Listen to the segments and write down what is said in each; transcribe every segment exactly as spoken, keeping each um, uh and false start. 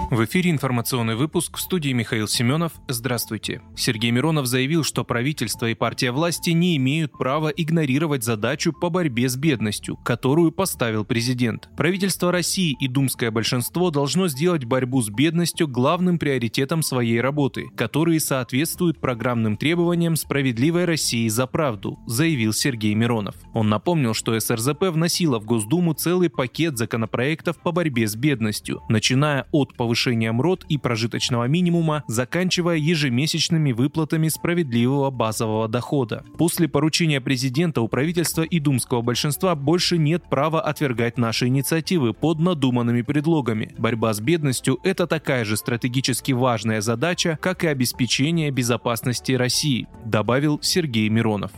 В эфире информационный выпуск, в студии Михаил Семенов. Здравствуйте. Сергей Миронов заявил, что правительство и партия власти не имеют права игнорировать задачу по борьбе с бедностью, которую поставил президент. Правительство России и думское большинство должно сделать борьбу с бедностью главным приоритетом своей работы, которые соответствуют программным требованиям «Справедливой России за правду», заявил Сергей Миронов. Он напомнил, что эс эр зэ пэ вносила в Госдуму целый пакет законопроектов по борьбе с бедностью, начиная от повышения повышения эм эр о тэ и прожиточного минимума, заканчивая ежемесячными выплатами справедливого базового дохода. После поручения президента у правительства и думского большинства больше нет права отвергать наши инициативы под надуманными предлогами. Борьба с бедностью – это такая же стратегически важная задача, как и обеспечение безопасности России, добавил Сергей Миронов.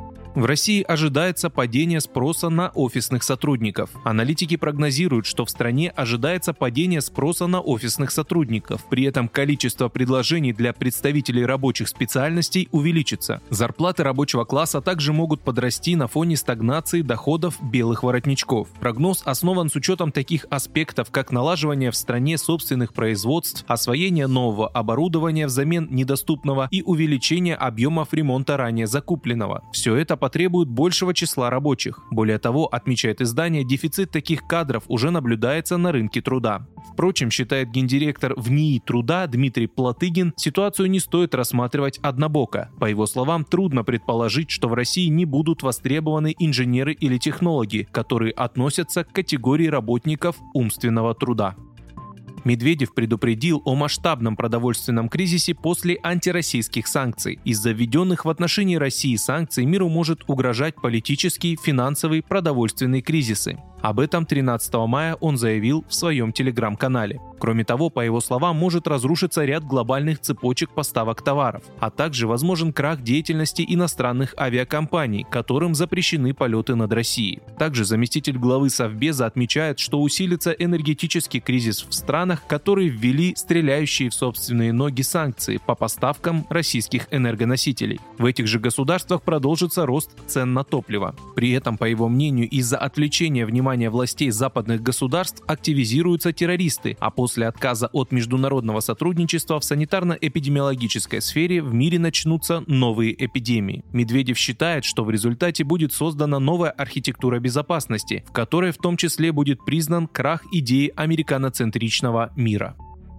В России ожидается падение спроса на офисных сотрудников. Аналитики прогнозируют, что в стране ожидается падение спроса на офисных сотрудников. При этом количество предложений для представителей рабочих специальностей увеличится. Зарплаты рабочего класса также могут подрасти на фоне стагнации доходов белых воротничков. Прогноз основан с учетом таких аспектов, как налаживание в стране собственных производств, освоение нового оборудования взамен недоступного и увеличение объемов ремонта ранее закупленного. Все это потребует большего числа рабочих. Более того, отмечает издание, дефицит таких кадров уже наблюдается на рынке труда. Впрочем, считает гендиректор в эн и и труда Дмитрий Платыгин, ситуацию не стоит рассматривать однобоко. По его словам, трудно предположить, что в России не будут востребованы инженеры или технологи, которые относятся к категории работников умственного труда. Медведев предупредил о масштабном продовольственном кризисе после антироссийских санкций. Из-за введенных в отношении России санкций миру может угрожать политический, финансовый, продовольственный кризисы. Об этом тринадцатого мая он заявил в своем телеграм-канале. Кроме того, по его словам, может разрушиться ряд глобальных цепочек поставок товаров, а также возможен крах деятельности иностранных авиакомпаний, которым запрещены полеты над Россией. Также заместитель главы Совбеза отмечает, что усилится энергетический кризис в странах, которые ввели стреляющие в собственные ноги санкции по поставкам российских энергоносителей. В этих же государствах продолжится рост цен на топливо. При этом, по его мнению, из-за отвлечения внимания властей западных государств активизируются террористы, а после отказа от международного сотрудничества в санитарно-эпидемиологической сфере в мире начнутся новые эпидемии. Медведев считает, что в результате будет создана новая архитектура безопасности, в которой в том числе будет признан крах идеи американоцентричного мира.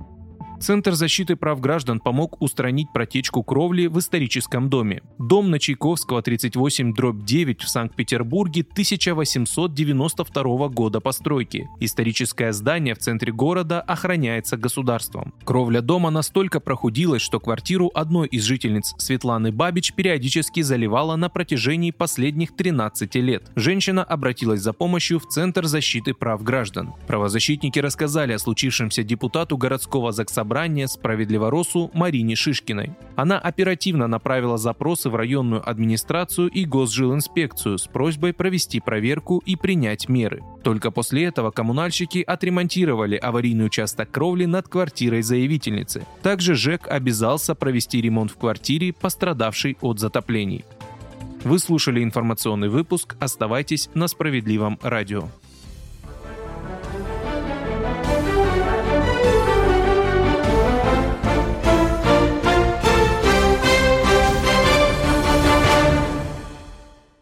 Центр защиты прав граждан помог устранить протечку кровли в историческом доме. Дом на Чайковского, тридцать восемь дробь девять в Санкт-Петербурге, тысяча восемьсот девяносто второго года постройки. Историческое здание в центре города охраняется государством. Кровля дома настолько прохудилась, что квартиру одной из жительниц Светланы Бабич периодически заливала на протяжении последних тринадцати лет. Женщина обратилась за помощью в Центр защиты прав граждан. Правозащитники рассказали о случившемся депутату городского заксобрания «Справедливоросу» Марине Шишкиной. Она оперативно направила запросы в районную администрацию и Госжилинспекцию с просьбой провести проверку и принять меры. Только после этого коммунальщики отремонтировали аварийный участок кровли над квартирой заявительницы. Также ЖЭК обязался провести ремонт в квартире, пострадавшей от затоплений. Вы слушали информационный выпуск. Оставайтесь на Справедливом радио.